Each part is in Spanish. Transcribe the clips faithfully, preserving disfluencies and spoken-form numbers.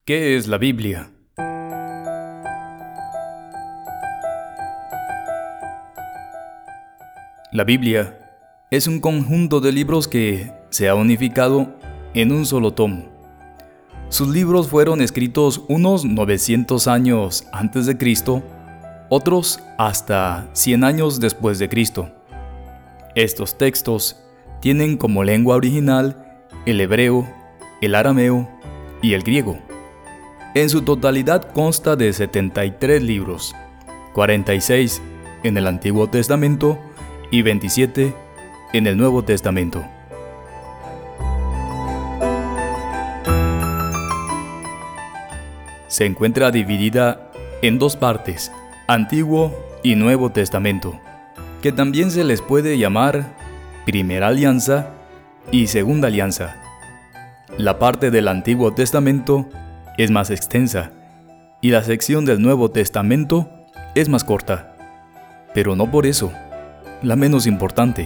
¿Qué es la Biblia? La Biblia es un conjunto de libros que se ha unificado en un solo tomo. Sus libros fueron escritos unos novecientos años antes de Cristo, otros hasta cien años después de Cristo. Estos textos tienen como lengua original el hebreo, el arameo y el griego. En su totalidad consta de setenta y tres libros, cuarenta y seis en el Antiguo Testamento y veintisiete en el Nuevo Testamento. Se encuentra dividida en dos partes, Antiguo y Nuevo Testamento, que también se les puede llamar Primera Alianza y Segunda Alianza. La parte del Antiguo Testamento es más extensa y la sección del Nuevo Testamento es más corta, pero no por eso la menos importante.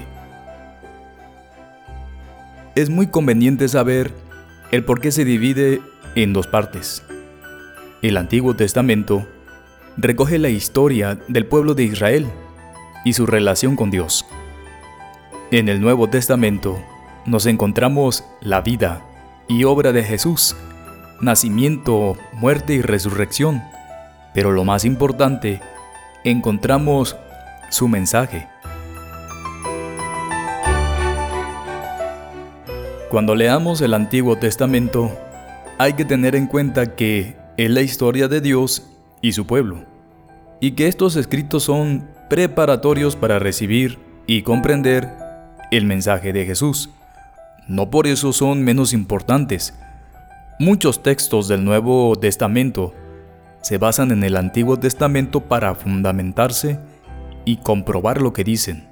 Es muy conveniente saber el por qué se divide en dos partes. El Antiguo Testamento recoge la historia del pueblo de Israel y su relación con Dios. En el Nuevo Testamento nos encontramos la vida y obra de Jesús, nacimiento, muerte y resurrección, pero lo más importante, encontramos su mensaje. Cuando leamos el Antiguo Testamento, hay que tener en cuenta que es la historia de Dios y su pueblo, y que estos escritos son preparatorios para recibir y comprender el mensaje de Jesús. No por eso son menos importantes. Muchos textos del Nuevo Testamento se basan en el Antiguo Testamento para fundamentarse y comprobar lo que dicen.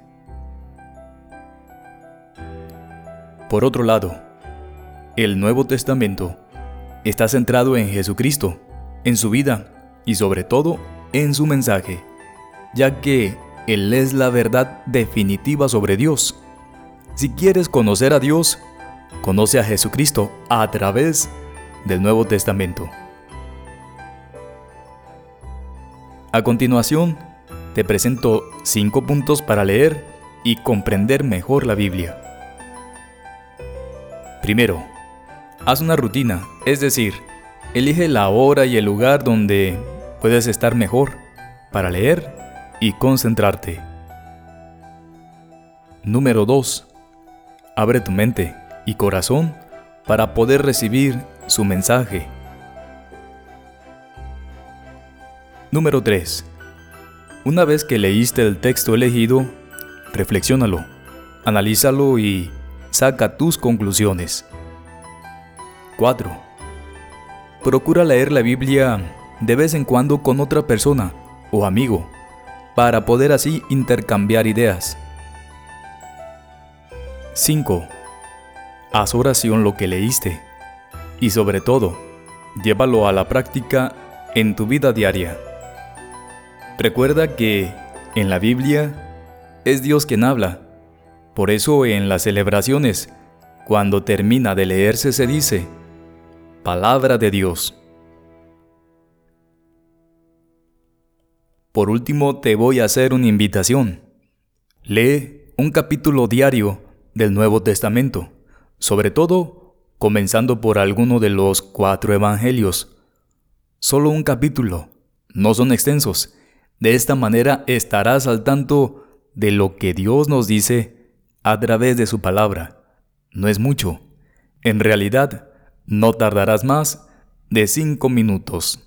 Por otro lado, el Nuevo Testamento está centrado en Jesucristo, en su vida y sobre todo en su mensaje, ya que Él es la verdad definitiva sobre Dios. Si quieres conocer a Dios, conoce a Jesucristo a través del Nuevo Testamento. A continuación, te presento cinco puntos para leer y comprender mejor la Biblia. Primero, haz una rutina, es decir, elige la hora y el lugar donde puedes estar mejor para leer y concentrarte. Número dos. Abre tu mente y corazón para poder recibir su mensaje. Número tres. Una vez que leíste el texto elegido, reflexiónalo, analízalo y saca tus conclusiones. cuatro. Procura leer la Biblia de vez en cuando con otra persona o amigo, para poder así intercambiar ideas. cinco. Haz oración lo que leíste y sobre todo, llévalo a la práctica en tu vida diaria. Recuerda que en la Biblia es Dios quien habla. Por eso en las celebraciones, cuando termina de leerse se dice, Palabra de Dios. Por último, te voy a hacer una invitación. Lee un capítulo diario del Nuevo Testamento, sobre todo comenzando por alguno de los cuatro evangelios. Solo un capítulo, no son extensos. De esta manera estarás al tanto de lo que Dios nos dice a través de su palabra. No es mucho. En realidad, no tardarás más de cinco minutos.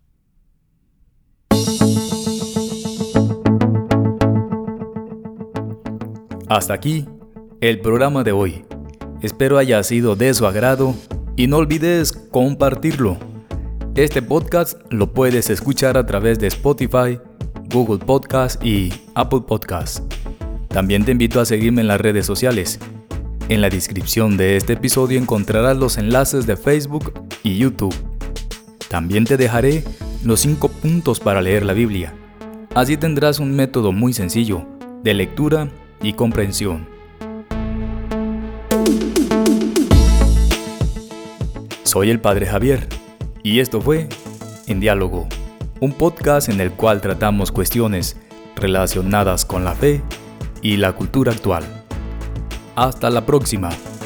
Hasta aquí el programa de hoy. Espero haya sido de su agrado y no olvides compartirlo. Este podcast lo puedes escuchar a través de Spotify, Google Podcast y Apple Podcast. También te invito a seguirme en las redes sociales. En la descripción de este episodio encontrarás los enlaces de Facebook y YouTube. También te dejaré los cinco puntos para leer la Biblia. Así tendrás un método muy sencillo de lectura y comprensión. Soy el Padre Javier Y esto fue En Diálogo, un podcast en el cual tratamos cuestiones relacionadas con la fe y la cultura actual. Hasta la próxima.